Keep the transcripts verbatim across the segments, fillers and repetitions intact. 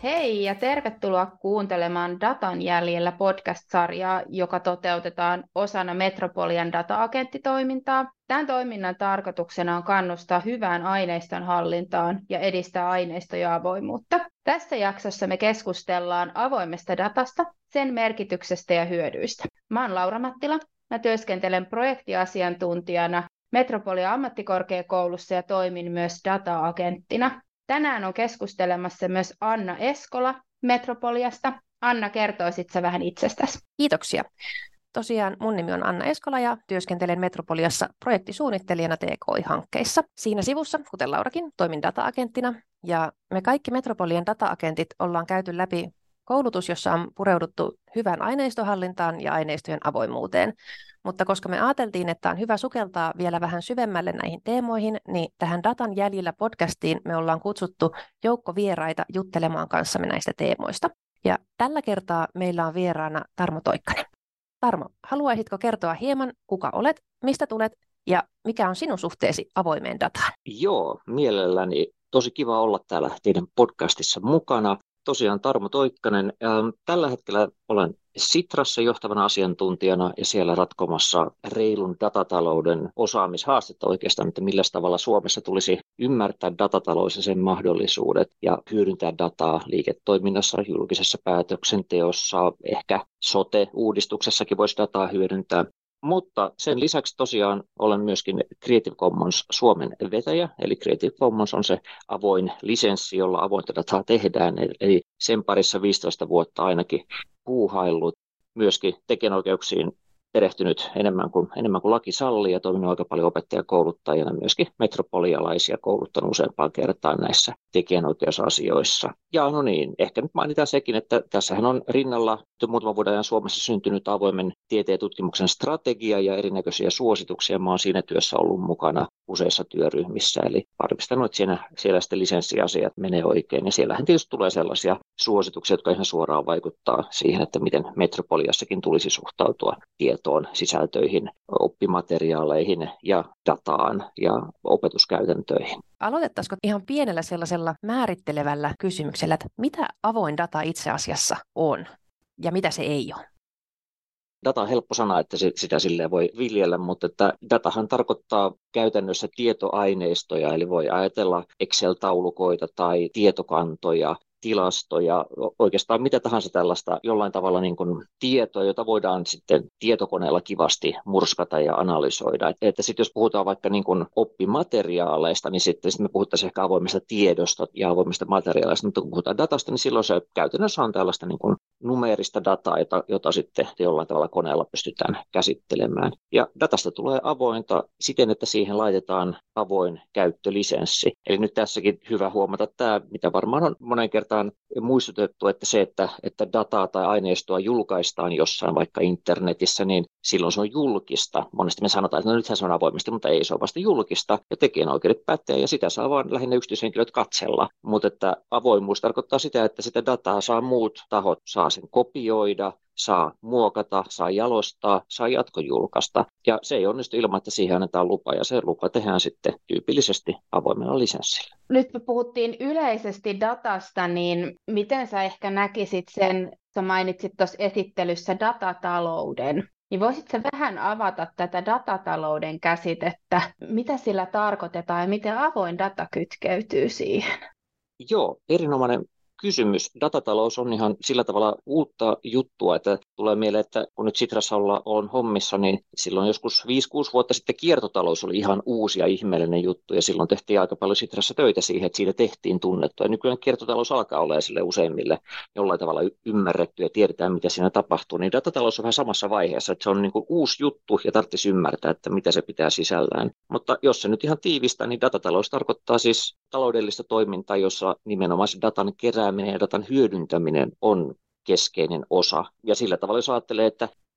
Hei ja tervetuloa kuuntelemaan Datan jäljellä podcast-sarjaa, joka toteutetaan osana Metropolian data-agenttitoimintaa. Tämän toiminnan tarkoituksena on kannustaa hyvään aineiston hallintaan ja edistää aineisto- ja avoimuutta. Tässä jaksossa me keskustellaan avoimesta datasta, sen merkityksestä ja hyödyistä. Mä oon Laura Mattila. Mä työskentelen projektiasiantuntijana Metropolia ammattikorkeakoulussa ja toimin myös data-agenttina. Tänään on keskustelemassa myös Anna Eskola Metropoliasta. Anna, kertoisit sä vähän itsestäsi? Kiitoksia. Tosiaan mun nimi on Anna Eskola ja työskentelen Metropoliassa projektisuunnittelijana T K I-hankkeissa. Siinä sivussa, kuten Laurakin, toimin data-agenttina ja me kaikki Metropolian data-agentit ollaan käyty läpi koulutus, jossa on pureuduttu hyvään aineistohallintaan ja aineistojen avoimuuteen. Mutta koska me ajateltiin, että on hyvä sukeltaa vielä vähän syvemmälle näihin teemoihin, niin tähän Datan jäljillä podcastiin me ollaan kutsuttu joukko vieraita juttelemaan kanssamme näistä teemoista. Ja tällä kertaa meillä on vieraana Tarmo Toikkanen. Tarmo, haluaisitko kertoa hieman, kuka olet, mistä tulet ja mikä on sinun suhteesi avoimeen dataan? Joo, mielelläni. Tosi kiva olla täällä teidän podcastissa mukana. Tosiaan Tarmo Toikkanen. Tällä hetkellä olen Sitrassa johtavana asiantuntijana ja siellä ratkomassa reilun datatalouden osaamishaastetta oikeastaan, että millä tavalla Suomessa tulisi ymmärtää datatalous ja sen mahdollisuudet ja hyödyntää dataa liiketoiminnassa, julkisessa päätöksenteossa, ehkä sote-uudistuksessakin voisi dataa hyödyntää. Mutta sen lisäksi tosiaan olen myöskin Creative Commons Suomen vetäjä, eli Creative Commons on se avoin lisenssi, jolla avointa dataa tehdään, eli sen parissa viisitoista vuotta ainakin puuhaillut, myöskin tekijänoikeuksiin perehtynyt enemmän kuin, enemmän kuin laki sallii ja toiminut aika paljon opettajakouluttajana, myöskin metropolialaisia kouluttanut useampaan kertaan näissä tekijänoikeusasioissa. Ja no niin, ehkä nyt mainitaan sekin, että tässähän on rinnalla muutaman vuoden ajan Suomessa syntynyt avoimen tieteen ja tutkimuksen strategia ja erinäköisiä suosituksia. Mä oon siinä työssä ollut mukana useissa työryhmissä, eli varmistanut, että siellä, siellä sitten lisenssiasiat menee oikein. Ja siellähän tietysti tulee sellaisia suosituksia, jotka ihan suoraan vaikuttaa siihen, että miten Metropoliassakin tulisi suhtautua tietoon, sisältöihin, oppimateriaaleihin ja dataan ja opetuskäytäntöihin. Aloitettaisiko ihan pienellä sellaisella määrittelevällä kysymyksellä, että mitä avoin data itse asiassa on ja mitä se ei ole? Data on helppo sana, että sitä silleen voi viljellä, mutta että datahan tarkoittaa käytännössä tietoaineistoja, eli voi ajatella Excel-taulukoita tai tietokantoja, tilastoja, oikeastaan mitä tahansa tällaista jollain tavalla niin kuin tietoa, jota voidaan sitten tietokoneella kivasti murskata ja analysoida. Että sitten jos puhutaan vaikka niin kuin oppimateriaaleista, niin sitten, sitten me puhuttaisiin ehkä avoimesta tiedosta ja avoimesta materiaaleista, mutta kun puhutaan datasta, niin silloin se käytännössä on tällaista niin kuin numeerista dataa, jota, jota sitten jollain tavalla koneella pystytään käsittelemään. Ja datasta tulee avointa siten, että siihen laitetaan avoin käyttölisenssi. Eli nyt tässäkin hyvä huomata tämä, mitä varmaan on monen kertaan muistutettu, että se, että, että dataa tai aineistoa julkaistaan jossain vaikka internetissä, niin silloin se on julkista. Monesti me sanotaan, että no nythän se on avoimesti, mutta ei se ole vasta julkista ja tekijänoikeudet pätee ja sitä saa vaan lähinnä yksityishenkilöt katsella. Mutta että avoimuus tarkoittaa sitä, että sitä dataa saa muut tahot, saa sen kopioida, saa muokata, saa jalostaa, saa jatkojulkaista. Ja se ei onnistu ilman, että siihen annetaan lupa, ja se lupa tehdään sitten tyypillisesti avoimella lisenssillä. Nyt me puhuttiin yleisesti datasta, niin miten sä ehkä näkisit sen, sä mainitsit tuossa esittelyssä datatalouden, niin voisitko vähän avata tätä datatalouden käsitettä, mitä sillä tarkoitetaan ja miten avoin data kytkeytyy siihen? Joo, erinomainen kysymys. Datatalous on ihan sillä tavalla uutta juttua, että tulee mieleen, että kun nyt Sitrassa olla, on hommissa, niin silloin joskus viisi kuusi vuotta sitten kiertotalous oli ihan uusi ja ihmeellinen juttu, ja silloin tehtiin aika paljon Sitrassa töitä siihen, että siitä tehtiin tunnettua. Ja nykyään kiertotalous alkaa olla sille useimmille jollain tavalla ymmärretty ja tiedetään, mitä siinä tapahtuu. Niin datatalous on vähän samassa vaiheessa, että se on niin kuin uusi juttu ja tarvitsisi ymmärtää, että mitä se pitää sisällään. Mutta jos se nyt ihan tiivistää, niin datatalous tarkoittaa siis taloudellista toimintaa, jossa nimenomaan se datan kerääminen ja datan hyödyntäminen on keskeinen osa. Ja sillä tavalla, jos ajattelee, että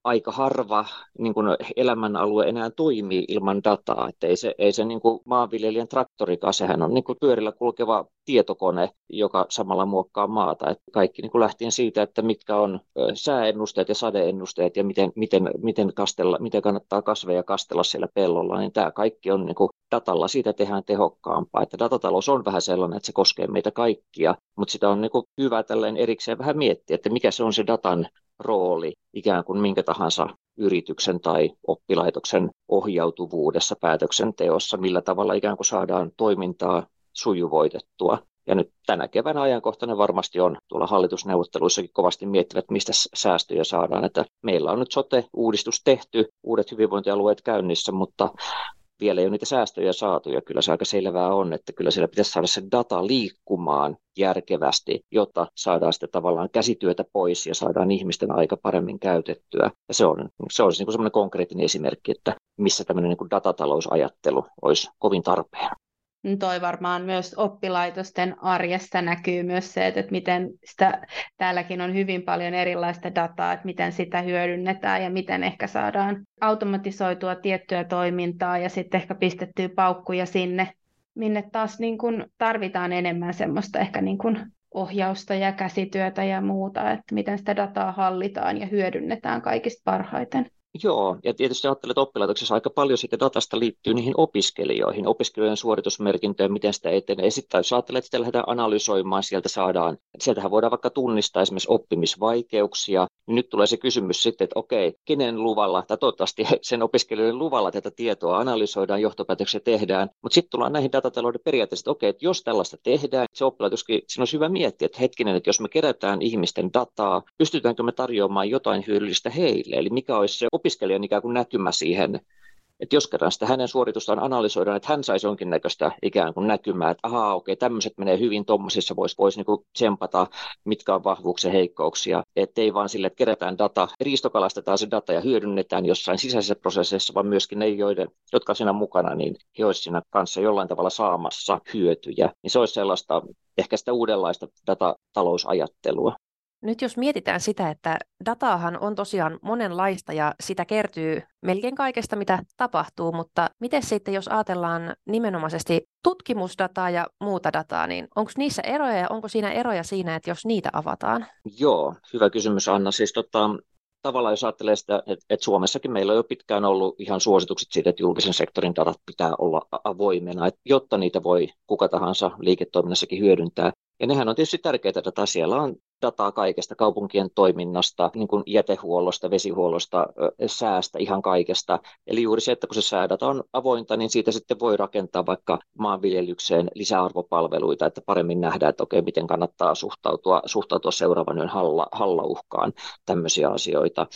aika harva niin kuin elämänalue enää toimii ilman dataa. Että ei se, ei se niin kuin maanviljelijän traktorikaan, sehän on niin kuin pyörillä kulkeva tietokone, joka samalla muokkaa maata. Että kaikki niin kuin lähtien siitä, että mitkä on sääennusteet ja sadeennusteet ja miten, miten, miten, kastella, miten kannattaa kasveja kastella siellä pellolla, niin tämä kaikki on niin kuin datalla, siitä tehdään tehokkaampaa. Että datatalous on vähän sellainen, että se koskee meitä kaikkia, mutta sitä on niin kuin hyvä tälleen erikseen vähän miettiä, että mikä se on se datan rooli ikään kuin minkä tahansa yrityksen tai oppilaitoksen ohjautuvuudessa päätöksenteossa, millä tavalla ikään kuin saadaan toimintaa sujuvoitettua. Ja nyt tänä keväänä ajankohtainen varmasti on tuolla hallitusneuvotteluissakin kovasti miettivät, mistä säästöjä saadaan. Että meillä on nyt sote-uudistus tehty, uudet hyvinvointialueet käynnissä, mutta vielä ei ole niitä säästöjä saatu, ja kyllä se aika selvää on, että kyllä siellä pitäisi saada se data liikkumaan järkevästi, jotta saadaan sitten tavallaan käsityötä pois ja saadaan ihmisten aika paremmin käytettyä. Ja se on, se on niin kuin semmoinen konkreettinen esimerkki, että missä tämmöinen niin kuin datatalousajattelu olisi kovin tarpeen. Toi varmaan myös oppilaitosten arjessa näkyy myös se, että miten sitä, täälläkin on hyvin paljon erilaista dataa, että miten sitä hyödynnetään ja miten ehkä saadaan automatisoitua tiettyä toimintaa ja sitten ehkä pistettyä paukkuja sinne, minne taas niin kuin tarvitaan enemmän semmoista ehkä niin kuin ohjausta ja käsityötä ja muuta, että miten sitä dataa hallitaan ja hyödynnetään kaikista parhaiten. Joo, ja tietysti ajattelet, että oppilaitoksessa aika paljon siitä datasta liittyy niihin opiskelijoihin, opiskelijoiden suoritusmerkintöön, miten sitä etenee. Sitten jos ajattelet, että sitä lähdetään analysoimaan, sieltä saadaan, sieltähän voidaan vaikka tunnistaa esimerkiksi oppimisvaikeuksia, niin nyt tulee se kysymys sitten, että okei, kenen luvalla, tai toivottavasti sen opiskelijoiden luvalla tätä tietoa analysoidaan, johtopäätöksiä tehdään, mutta sitten tullaan näihin datatalouden periaatteisiin, että okei, että jos tällaista tehdään, se oppilaitoskin, siinä olisi hyvä miettiä, että hetkinen, että jos me kerätään ihmisten dataa, pystytäänkö me tarjoamaan jotain hyödyllistä heille, eli mikä olisi se opiskelijan ikään kuin näkymä siihen, että jos kerran sitä hänen suoritustaan analysoidaan, että hän saisi jonkinnäköistä ikään kuin näkymää, että ahaa, okei, tämmöiset menee hyvin, tuommoisissa voisi vois niinku tsempata, mitkä on vahvuuksia ja heikkouksia, ettei vaan sille, että kerätään data, riistokalastetaan se data ja hyödynnetään jossain sisäisissä prosesseissa, vaan myöskin ne, joiden, jotka on siinä mukana, niin he olisivat siinä kanssa jollain tavalla saamassa hyötyjä. Niin se olisi sellaista, ehkä sitä uudenlaista datatalousajattelua. Nyt jos mietitään sitä, että dataahan on tosiaan monenlaista ja sitä kertyy melkein kaikesta, mitä tapahtuu, mutta miten sitten, jos ajatellaan nimenomaisesti tutkimusdataa ja muuta dataa, niin onko niissä eroja ja onko siinä eroja siinä, että jos niitä avataan? Joo, hyvä kysymys, Anna. Siis tota, tavallaan jos ajattelee sitä, että, että Suomessakin meillä on jo pitkään ollut ihan suositukset siitä, että julkisen sektorin datat pitää olla avoimena, että jotta niitä voi kuka tahansa liiketoiminnassakin hyödyntää. Ja nehän on tietysti tärkeitä dataa. Siellä on dataa kaikesta, kaupunkien toiminnasta, niin kuin jätehuollosta, vesihuollosta, säästä, ihan kaikesta. Eli juuri se, että kun se säädata on avointa, niin siitä sitten voi rakentaa vaikka maanviljelykseen lisäarvopalveluita, että paremmin nähdään, että okei, miten kannattaa suhtautua, suhtautua seuraavan yön halla, hallauhkaan, tämmöisiä asioita.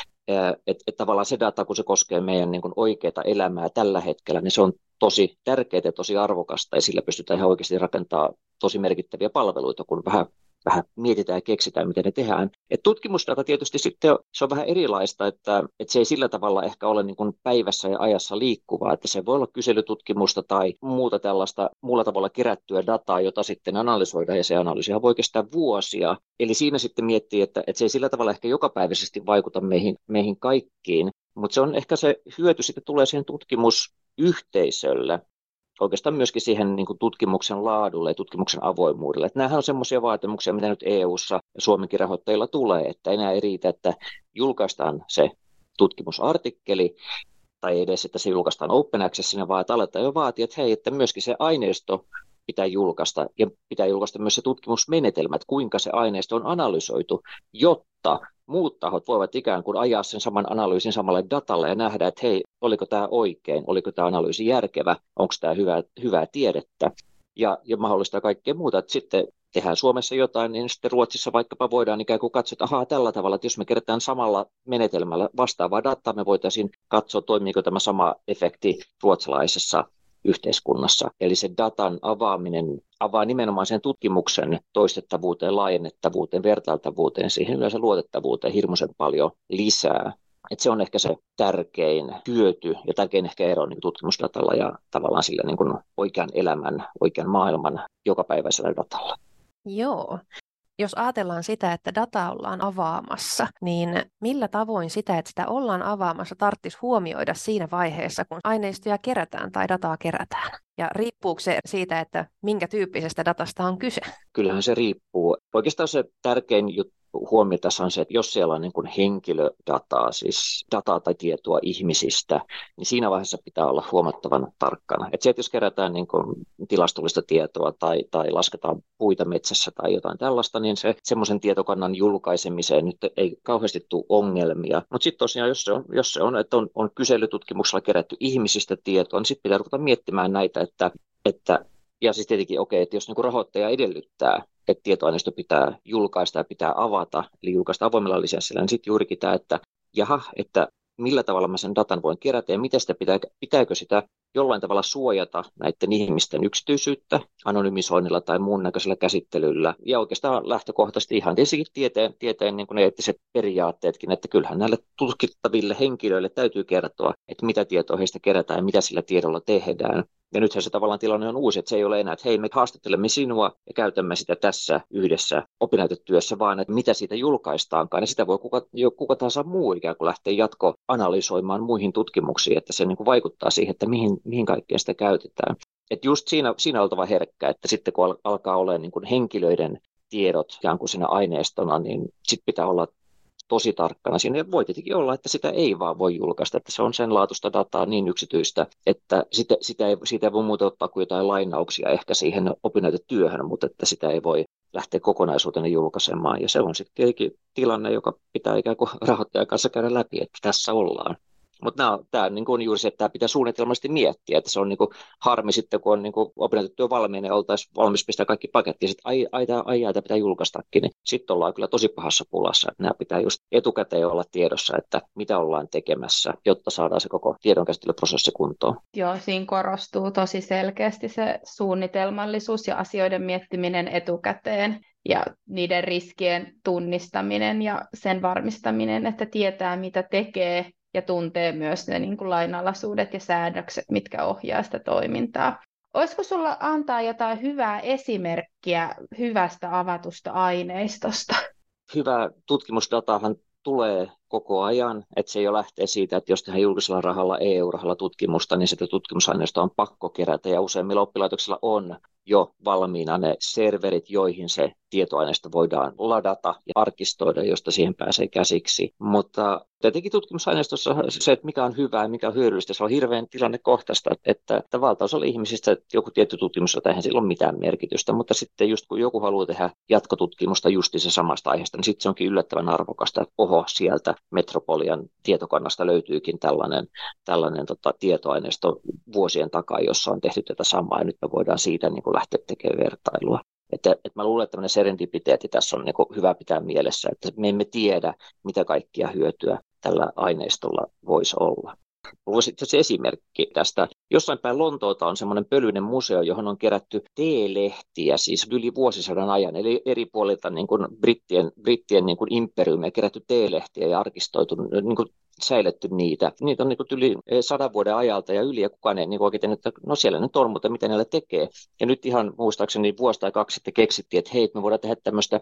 Että et tavallaan se data, kun se koskee meidän niin kuin oikeaa elämää tällä hetkellä, niin se on tosi tärkeää ja tosi arvokasta, ja sillä pystytään ihan oikeasti rakentamaan tosi merkittäviä palveluita, kun vähän, vähän mietitään ja keksitään, miten ne tehdään. Et tutkimusdata tietysti sitten se on vähän erilaista, että, että se ei sillä tavalla ehkä ole niin kuin päivässä ja ajassa liikkuvaa, että se voi olla kyselytutkimusta tai muuta tällaista muulla tavalla kerättyä dataa, jota sitten analysoidaan, ja se analyysihan voi kestää vuosia. Eli siinä sitten miettii, että, että se ei sillä tavalla ehkä jokapäiväisesti vaikuta meihin, meihin kaikkiin, mutta se on ehkä se hyöty sitten tulee siihen tutkimusyhteisölle, oikeastaan myöskin siihen niin kuin tutkimuksen laadulle ja tutkimuksen avoimuudelle. Että nämähän on semmoisia vaatimuksia, mitä nyt E U:ssa ja Suomenkin rahoittajilla tulee, että enää ei riitä, että julkaistaan se tutkimusartikkeli tai edes, että se julkaistaan open accessina, vaan että aletaan jo vaatia, että hei, että myöskin se aineisto pitää julkaista ja pitää julkaista myös se tutkimusmenetelmä, että kuinka se aineisto on analysoitu, jotta muut tahot voivat ikään kuin ajaa sen saman analyysin samalle datalle ja nähdä, että hei, oliko tämä oikein, oliko tämä analyysi järkevä, onko tämä hyvää, hyvää tiedettä ja, ja mahdollistaa kaikkea muuta, että sitten tehdään Suomessa jotain, niin sitten Ruotsissa vaikkapa voidaan ikään kuin katsoa, että ahaa, tällä tavalla, että jos me kerätään samalla menetelmällä vastaavaa dataa, me voitaisiin katsoa, toimiiko tämä sama efekti ruotsalaisessa yhteiskunnassa. Eli se datan avaaminen avaa nimenomaan sen tutkimuksen toistettavuuteen, laajennettavuuteen, vertailtavuuteen, siihen yleensä luotettavuuteen hirmuisen paljon lisää. Et se on ehkä se tärkein hyöty ja tärkein ehkä ero niin tutkimusdatalla ja tavallaan sillä niin kuin oikean elämän, oikean maailman jokapäiväisellä datalla. Joo. Jos ajatellaan sitä, että dataa ollaan avaamassa, niin millä tavoin sitä, että sitä ollaan avaamassa, tarvitsisi huomioida siinä vaiheessa, kun aineistoja kerätään tai dataa kerätään? Ja riippuuko se siitä, että minkä tyyppisestä datasta on kyse? Kyllähän se riippuu. Oikeastaan se tärkein juttu huomio tässä on se, että jos siellä on niin kuin henkilödataa, siis dataa tai tietoa ihmisistä, niin siinä vaiheessa pitää olla huomattavan tarkkana. Että se, että jos kerätään niin kuin tilastollista tietoa tai, tai lasketaan puita metsässä tai jotain tällaista, niin se semmoisen tietokannan julkaisemiseen nyt ei kauheasti tule ongelmia. Mutta sitten tosiaan, jos se on, jos se on että on, on kyselytutkimuksella kerätty ihmisistä tietoa, niin sitten pitää ruveta miettimään näitä, että, että ja siis tietenkin, okei, että jos niin kuin rahoittaja edellyttää, että tietoaineisto pitää julkaista ja pitää avata, eli julkaista avoimella lisenssillä, niin sitten juurikin tämä, että jaha, että millä tavalla mä sen datan voin kerätä ja miten sitä pitää, pitääkö sitä jollain tavalla suojata näiden ihmisten yksityisyyttä anonymisoinnilla tai muun näköisellä käsittelyllä. Ja oikeastaan lähtökohtaisesti ihan tietenkin tieteen, tieteen niin kuin ne eettiset periaatteetkin, että kyllähän näille tutkittaville henkilöille täytyy kertoa, että mitä tietoa heistä kerätään ja mitä sillä tiedolla tehdään. Ja nythän se tavallaan tilanne on uusi, että se ei ole enää, että hei, me haastattelemme sinua ja käytämme sitä tässä yhdessä opinnäytetyössä, vaan että mitä siitä julkaistaankaan. Ja sitä voi kuka, jo, kuka tahansa muu ikään kuin lähteä jatkoanalysoimaan muihin tutkimuksiin, että se niin kuin vaikuttaa siihen, että mihin, mihin kaikkeen sitä käytetään. Että just siinä, siinä on oltava herkkä, että sitten kun alkaa olla niin kuin henkilöiden tiedot ikään kuin siinä aineistona, niin sitten pitää olla tosi tarkkana. Siinä voi tietenkin olla, että sitä ei vaan voi julkaista, että se on sen laatuista dataa niin yksityistä, että sitä, sitä ei, siitä ei voi muuta ottaa kuin jotain lainauksia ehkä siihen opinnäytetyöhön, mutta että sitä ei voi lähteä kokonaisuutena julkaisemaan. Ja se on sitten tietenkin tilanne, joka pitää ikään kuin rahoittajan kanssa käydä läpi, että tässä ollaan. Mutta tämä niin on juuri se, että tämä pitää suunnitelmallisesti miettiä, että se on niin kuin harmi sitten, kun on niin opinnäytetyö valmiina ja oltaisiin valmis pistää kaikki pakettiin, ja sitten ai, ai, ai, ai, tämä pitää julkaistakin, niin sitten ollaan kyllä tosi pahassa pulassa. Että nämä pitää just etukäteen olla tiedossa, että mitä ollaan tekemässä, jotta saadaan se koko tiedonkäsittelyprosessi kuntoon. Joo, siinä korostuu tosi selkeästi se suunnitelmallisuus ja asioiden miettiminen etukäteen ja niiden riskien tunnistaminen ja sen varmistaminen, että tietää mitä tekee ja tuntee myös ne niin kuin lainalaisuudet ja säännökset, mitkä ohjaa sitä toimintaa. Olisiko sulla antaa jotain hyvää esimerkkiä hyvästä avatusta aineistosta? Hyvä tutkimusdatahan tulee koko ajan, että se jo lähtee siitä, että jos tehdään julkisella rahalla, E U-rahalla tutkimusta, niin sitä tutkimusaineistoa on pakko kerätä, ja useimmilla oppilaitoksilla on jo valmiina ne serverit, joihin se tietoaineisto voidaan ladata ja arkistoida, josta siihen pääsee käsiksi. Mutta tietenkin tutkimusaineistossa se, että mikä on hyvää ja mikä on hyödyllistä, se on hirveän tilannekohtaista, että, että valtaosa ihmisistä, että joku tietty tutkimus, eihän sillä ole mitään merkitystä, mutta sitten just kun joku haluaa tehdä jatkotutkimusta justiinsa samasta aiheesta, niin sitten se onkin yllättävän arvokasta, että oho, sieltä Metropolian tietokannasta löytyykin tällainen, tällainen tota, tietoaineisto vuosien takaa, jossa on tehty tätä samaa, ja nyt me voidaan siitä niin kuin lähteä tekemään vertailua. Että, että mä luulen, että tämmöinen serendipiteetti tässä on niin kuin hyvä pitää mielessä, että me emme tiedä, mitä kaikkia hyötyä tällä aineistolla voisi olla. Voisi itse asiassa esimerkki tästä. Jossain päin Lontoota on semmoinen pölyinen museo, johon on kerätty T-lehtiä, siis yli vuosisadan ajan, eli eri puolilta niin kuin brittien, brittien niin kuin imperiumia kerätty T-lehtiä ja arkistoitu, niin kuin säiletty niitä. Niitä on niin kuin yli sadan vuoden ajalta ja yli, ja kukaan ei niin kuin oikein tehnyt, että no siellä nyt on, mutta mitä niillä tekee. Ja nyt ihan muistaakseni vuosi tai kaksi sitten keksittiin, että hei, me voidaan tehdä tämmöistä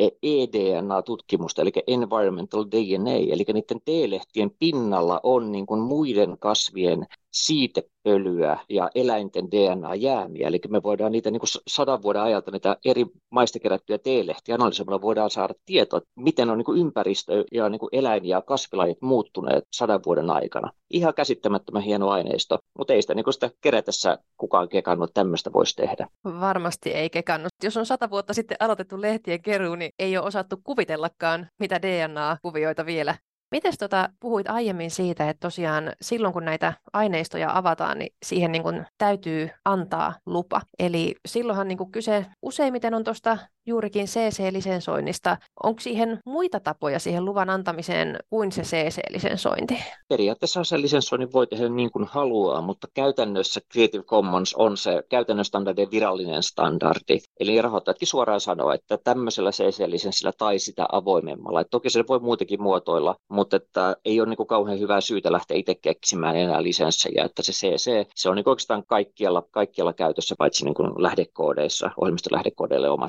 E D N A-tutkimusta, eli Environmental D N A, eli niiden T-lehtien pinnalla on niin kuin muiden kasvien siitepölyä ja eläinten D N A-jäämiä, eli me voidaan niitä niin kuin sadan vuoden ajalta niitä eri maista kerättyjä T-lehtiä analysoimalla voidaan saada tietoa, miten on niin kuin ympäristö ja niin kuin eläin- ja kasvilajit muuttuneet sadan vuoden aikana. Ihan käsittämättömän hieno aineisto, mutta ei sitä, niin kuin sitä kerätessä kukaan kekannut, tämmöistä voisi tehdä. Varmasti ei kekannut. Jos on sata vuotta sitten aloitettu lehtien keruu, niin ei ole osattu kuvitellakaan, mitä D N A-kuvioita vielä. Mites tota, puhuit aiemmin siitä, että tosiaan silloin kun näitä aineistoja avataan, niin siihen niin kun täytyy antaa lupa. Eli silloinhan niin kun kyse useimmiten on tuosta juurikin C C-lisensoinnista. Onko siihen muita tapoja siihen luvan antamiseen kuin se C C-lisensointi? Periaatteessa se lisensoinnin voi tehdä niin kuin haluaa, mutta käytännössä Creative Commons on se käytännön standardin virallinen standardi. Eli rahoittajatkin suoraan sanoo, että tämmöisellä C C-lisenssillä tai sitä avoimemmalla. Et toki se voi muutenkin muotoilla, mutta että ei ole niin kuin kauhean hyvää syytä lähteä itse keksimään enää lisenssejä. Että se C C, se on niin kuin oikeastaan kaikkialla, kaikkialla käytössä, paitsi niin kuin lähdekoodeissa, ohjelmistolähdekoodeille omat lisenssinsä.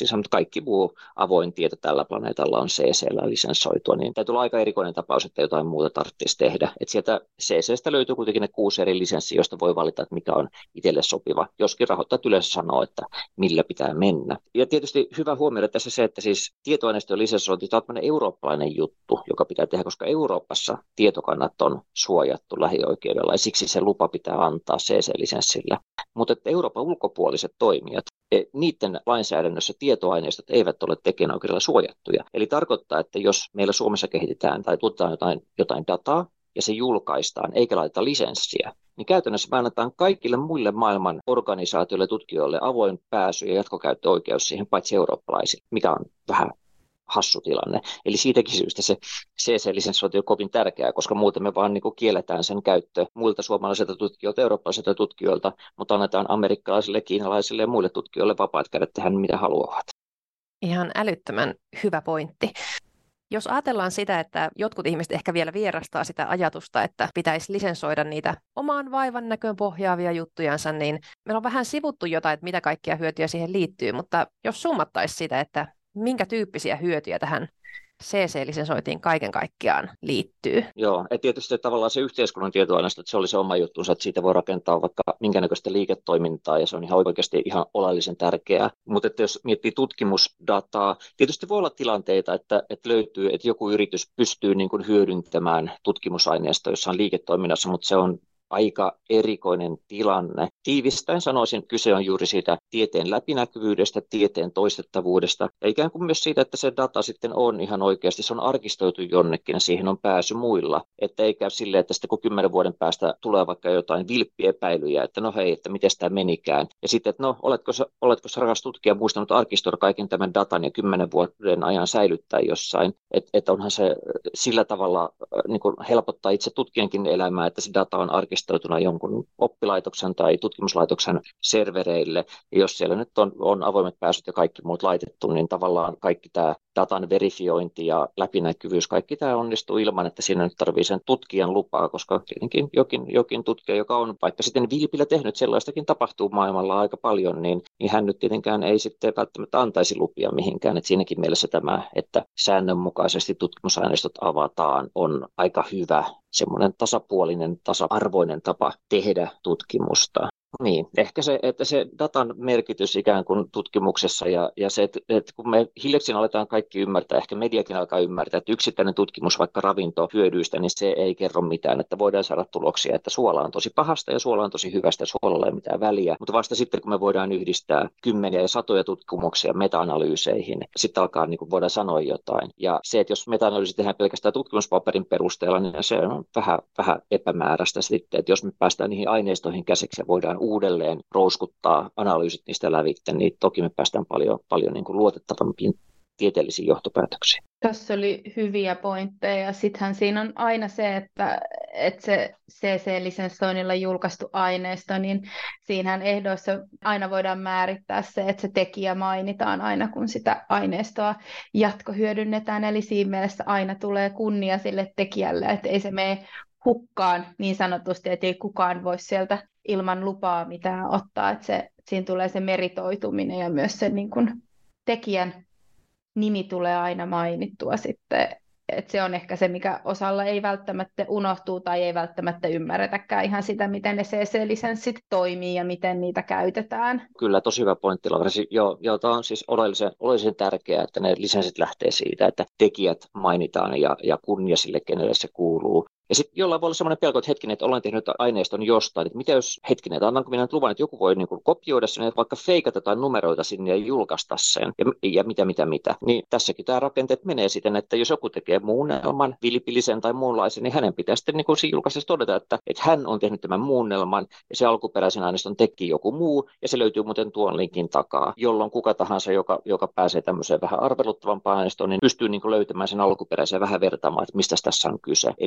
toisiinsa, mutta kaikki muu avoin tieto tällä planeetalla on C C:llä lisensoitua, niin täytyy olla aika erikoinen tapaus, että jotain muuta tarvitsisi tehdä. Et sieltä C C:stä löytyy kuitenkin ne kuusi eri lisenssiä, joista voi valita, että mikä on itselle sopiva, joskin rahoittajat yleensä sanoo, että millä pitää mennä. Ja tietysti hyvä huomioida tässä se, että siis tietoaineistojen lisensointi on tämmöinen eurooppalainen juttu, joka pitää tehdä, koska Euroopassa tietokannat on suojattu lähioikeudella ja siksi se lupa pitää antaa C C-lisenssillä. Mutta Euroopan ulkopuoliset toimijat, niiden lainsäädännössä tietoaineistot eivät ole tekijänoikeudella suojattuja. Eli tarkoittaa, että jos meillä Suomessa kehitetään tai tuotetaan jotain, jotain dataa ja se julkaistaan eikä laiteta lisenssiä, niin käytännössä me annetaan kaikille muille maailman organisaatioille ja tutkijoille avoin pääsy ja jatkokäyttöoikeus siihen, paitsi eurooppalaisille, mikä on vähän hassu tilanne. Eli siitäkin syystä se C C-lisensointi on kovin tärkeää, koska muuten me vaan niin kuin kielletään sen käyttö muilta suomalaisilta tutkijoilta, eurooppalaisilta tutkijoilta, mutta annetaan amerikkalaisille, kiinalaisille ja muille tutkijoille vapaat kädet tehdä mitä haluavat. Ihan älyttömän hyvä pointti. Jos ajatellaan sitä, että jotkut ihmiset ehkä vielä vierastaa sitä ajatusta, että pitäisi lisensoida niitä omaan vaivan näköön pohjaavia juttujansa, niin meillä on vähän sivuttu jotain, että mitä kaikkia hyötyjä siihen liittyy, mutta jos summattaisiin sitä, että minkä tyyppisiä hyötyjä tähän C C-lisensointiin kaiken kaikkiaan liittyy? Joo, että tietysti tavallaan se yhteiskunnan tietoaineisto, että se oli se oma juttunsa, että siitä voi rakentaa vaikka minkä näköistä liiketoimintaa, ja se on ihan oikeasti ihan oleellisen tärkeää. Mutta että jos miettii tutkimusdataa, tietysti voi olla tilanteita, että, että löytyy, että joku yritys pystyy niin kuin hyödyntämään tutkimusaineistoa jossain liiketoiminnassa, mutta se on aika erikoinen tilanne. Tiivistäen sanoisin, kyse on juuri siitä tieteen läpinäkyvyydestä, tieteen toistettavuudesta ja ikään kuin myös siitä, että se data sitten on ihan oikeasti, se on arkistoitu jonnekin ja siihen on pääsy muilla. Että ei käy silleen, että sitten kun kymmenen vuoden päästä tulee vaikka jotain vilppiepäilyjä, että no hei, että miten tämä menikään. Ja sitten, että no oletko sä, oletko sä rakas tutkija muistanut arkistoida kaiken tämän datan ja kymmenen vuoden ajan säilyttää jossain. Että et onhan se sillä tavalla niin kuin helpottaa itse tutkijankin elämää, että se data on arkistoitu jonkun oppilaitoksen tai tutkimuslaitoksen servereille. Ja jos siellä nyt on, on avoimet pääsyt ja kaikki muut laitettu, niin tavallaan kaikki tämä datan verifiointi ja läpinäkyvyys, kaikki tämä onnistuu ilman, että siinä nyt tarvitsee sen tutkijan lupaa, koska tietenkin jokin, jokin tutkija, joka on vaikka sitten vilpillä tehnyt, sellaistakin tapahtuu maailmalla aika paljon, niin, niin hän nyt tietenkään ei sitten välttämättä antaisi lupia mihinkään. Että siinäkin mielessä tämä, että säännönmukaisesti tutkimusaineistot avataan, on aika hyvä, semmoinen tasapuolinen, tasa-arvoinen tapa tehdä tutkimusta. Niin, ehkä se, että se datan merkitys ikään kuin tutkimuksessa ja, ja se, että, että kun me hiljaksi aletaan kaikki ymmärtää, ehkä mediakin alkaa ymmärtää, että yksittäinen tutkimus vaikka ravintohyödyistä, niin se ei kerro mitään, että voidaan saada tuloksia, että suola on tosi pahasta ja suola on tosi hyvästä ja suolalla ei ole mitään väliä, mutta vasta sitten kun me voidaan yhdistää kymmeniä ja satoja tutkimuksia meta-analyyseihin, sitten alkaa niin kuin voidaan sanoa jotain. Ja se, että jos meta-analyysi tehdään pelkästään tutkimuspaperin perusteella, niin se on vähän, vähän epämääräistä sitten, että jos me päästään niihin aineistoihin käsiksi ja voidaan uudelleen rouskuttaa analyysit niistä lävitse, niin toki me päästään paljon, paljon niin kuin luotettavampiin tieteellisiin johtopäätöksiin. Tuossa oli hyviä pointteja, ja sittenhän siinä on aina se, että, että se C C-lisensoinnilla julkaistu aineisto, niin siinähän ehdoissa aina voidaan määrittää se, että se tekijä mainitaan aina, kun sitä aineistoa jatkohyödynnetään, eli siinä mielessä aina tulee kunnia sille tekijälle, että ei se mene hukkaan niin sanotusti, että ei kukaan voi sieltä ilman lupaa mitään ottaa, että se, siinä tulee se meritoituminen ja myös se niin kuin tekijän nimi tulee aina mainittua sitten, että se on ehkä se, mikä osalla ei välttämättä unohtuu tai ei välttämättä ymmärretäkään ihan sitä, miten ne C C-lisenssit toimii ja miten niitä käytetään. Kyllä, tosi hyvä pointti, Laura. Joo, joo, tämä on siis oleellisen, oleellisen tärkeää, että ne lisenssit lähtee siitä, että tekijät mainitaan ja, ja kunnia sille, kenelle se kuuluu. Ja sitten jollain voi olla sellainen pelko, että hetkinen, että olen tehnyt aineiston jostain, että mitä jos hetkinen, että annanko minä nyt luvan, että joku voi niin kuin kopioida sinne, vaikka feikata tai numeroita sinne ja julkaista sen, ja, ja mitä, mitä, mitä. Niin tässäkin tämä rakenteet menee siten, että jos joku tekee muunnelman, vilpillisen tai muunlaisen, niin hänen pitää sitten niin kuin julkaisessa todeta, että, että hän on tehnyt tämän muunnelman, ja se alkuperäisen aineiston teki joku muu, ja se löytyy muuten tuon linkin takaa, jolloin kuka tahansa, joka, joka pääsee tämmöiseen vähän arveluttavampaan aineistoon, niin pystyy niin kuin löytämään sen alkuperäisen vähän vertaamaan, että mistä tässä on kyse. Eli missään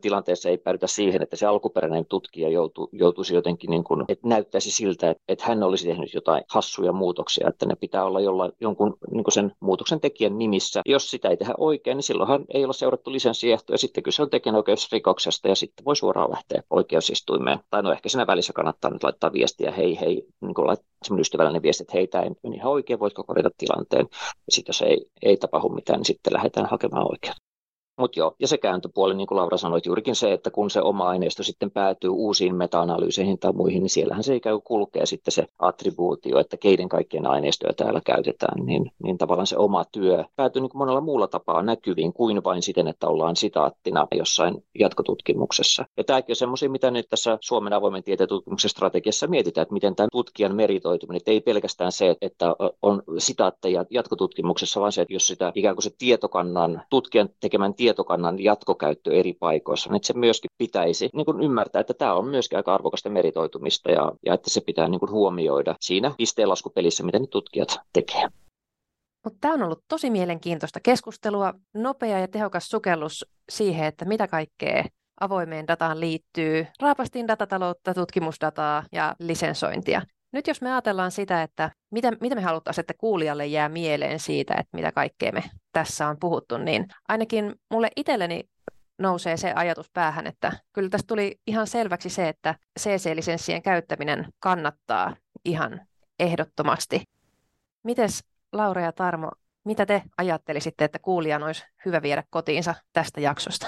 tilanteessa ei päädytä siihen, että se alkuperäinen tutkija joutu, joutuisi jotenkin, niin kuin, että näyttäisi siltä, että, että hän olisi tehnyt jotain hassuja muutoksia, että ne pitää olla jollain, jonkun niin kuin sen muutoksen tekijän nimissä. Jos sitä ei tehdä oikein, niin silloinhan ei ole seurattu lisenssiehtoja, sitten kyse on tekijänoikeusrikoksesta ja sitten voi suoraan lähteä oikeusistuimeen. Tai no ehkä siinä välissä kannattaa nyt laittaa viestiä, hei hei, niin kuin laittaa semmoinen ystävällinen viesti, että hei, tämä ei mene ihan oikein, voitko korjata tilanteen. Ja sitten jos ei, ei tapahdu mitään, niin sitten lähdetään hakemaan oikeutta. Mutta joo, ja se kääntöpuoli, niin kuin Laura sanoi, juurikin se, että kun se oma aineisto sitten päätyy uusiin meta-analyyseihin tai muihin, niin siellähän se ikään kuin kulkee sitten se attribuutio, että keiden kaikkien aineistoja täällä käytetään, niin, niin tavallaan se oma työ päätyy niin kuin monella muulla tapaa näkyviin kuin vain siten, että ollaan sitaattina jossain jatkotutkimuksessa. Ja tämäkin on semmoisia, mitä nyt tässä Suomen avoimen tieteen tutkimuksen strategiassa mietitään, että miten tämä tutkijan meritoituminen, että ei pelkästään se, että on sitaatteja jatkotutkimuksessa, vaan se, että jos sitä ikään kuin se tietokannan, tutkijan tekemän tietokannan jatkokäyttö eri paikoissa, niin että se myöskin pitäisi niin kuin ymmärtää, että tämä on myöskin aika arvokasta meritoitumista ja, ja että se pitää niin kuin huomioida siinä pisteenlaskupelissä, mitä ne tutkijat tekee. Mutta tämä on ollut tosi mielenkiintoista keskustelua, nopea ja tehokas sukellus siihen, että mitä kaikkea avoimeen dataan liittyy. Raapastiin datataloutta, tutkimusdataa ja lisensointia. Nyt jos me ajatellaan sitä, että mitä, mitä me haluttaisiin, että kuulijalle jää mieleen siitä, että mitä kaikkea me tässä on puhuttu, niin ainakin mulle itselleni nousee se ajatus päähän, että kyllä tästä tuli ihan selväksi se, että C C-lisenssien käyttäminen kannattaa ihan ehdottomasti. Mites Laura ja Tarmo, mitä te ajattelisitte, että kuulijan olisi hyvä viedä kotiinsa tästä jaksosta?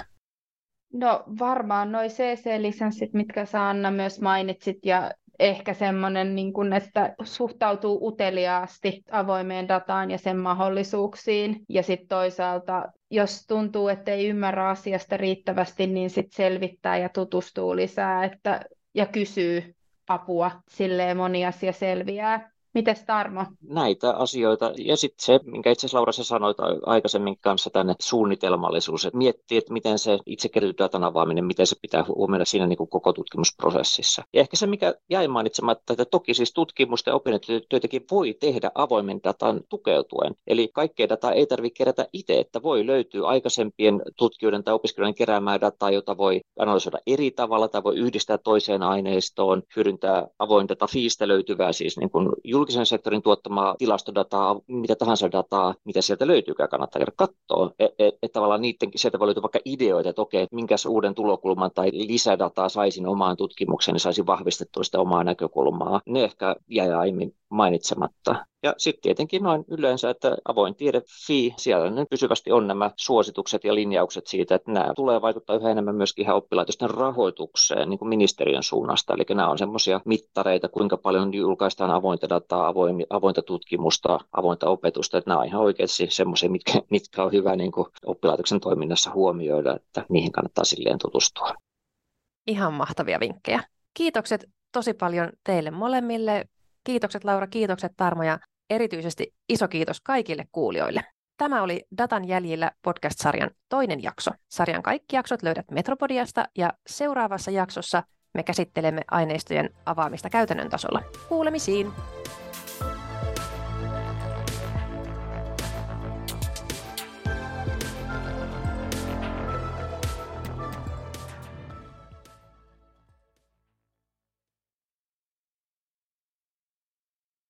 No varmaan noi C C-lisenssit, mitkä sä Anna myös mainitsit, ja ehkä semmoinen, niin kuin, että suhtautuu uteliaasti avoimeen dataan ja sen mahdollisuuksiin. Ja sitten toisaalta, jos tuntuu, että ei ymmärrä asiasta riittävästi, niin sitten selvittää ja tutustuu lisää että, ja kysyy apua. Silleen moni asia selviää. Mites Tarmo? Näitä asioita. Ja sitten se, minkä itse asiassa Laura sä sanoit aikaisemmin kanssa, tänne suunnitelmallisuus, että miettii, että miten se itse kerätty datan avaaminen, miten se pitää huomioida siinä niin kuin koko tutkimusprosessissa. Ja ehkä se, mikä jäi mainitsematta, että toki siis tutkimusta ja opintotyötäkin voi tehdä avoimen datan tukeutuen. Eli kaikkea dataa ei tarvitse kerätä itse, että voi löytyä aikaisempien tutkijoiden tai opiskelijoiden keräämää dataa, jota voi analysoida eri tavalla tai voi yhdistää toiseen aineistoon, hyödyntää avoin data fiistä löytyvää siis niin kuin julkisen sektorin tuottamaa tilastodataa, mitä tahansa dataa, mitä sieltä löytyykään, kannattaa käydä katsoa. Että et, et tavallaan niidenkin sieltä voi löytyä vaikka ideoita, että okei, minkäs uuden tulokulman tai lisädataa saisin omaan tutkimukseen, niin saisin vahvistettua sitä omaa näkökulmaa. Ne ehkä jäi aiemmin mainitsematta. Ja sitten tietenkin noin yleensä, että avoin tiede piste fi, siellä nyt pysyvästi on nämä suositukset ja linjaukset siitä, että nämä tulee vaikuttaa yhä enemmän myöskin ihan oppilaitosten rahoitukseen niin kuin ministeriön suunnasta. Eli nämä on semmoisia mittareita, kuinka paljon julkaistaan avointa dataa, avoin, avointa tutkimusta, avointa opetusta. Että nämä on ihan oikeasti semmoisia, mitkä, mitkä on hyvä niin kuin oppilaitoksen toiminnassa huomioida, että niihin kannattaa silleen tutustua. Ihan mahtavia vinkkejä. Kiitokset tosi paljon teille molemmille. Kiitokset Laura, kiitokset Tarmo ja erityisesti iso kiitos kaikille kuulijoille. Tämä oli Datan jäljillä podcast-sarjan toinen jakso. Sarjan kaikki jaksot löydät Metropodiasta ja seuraavassa jaksossa me käsittelemme aineistojen avaamista käytännön tasolla. Kuulemisiin!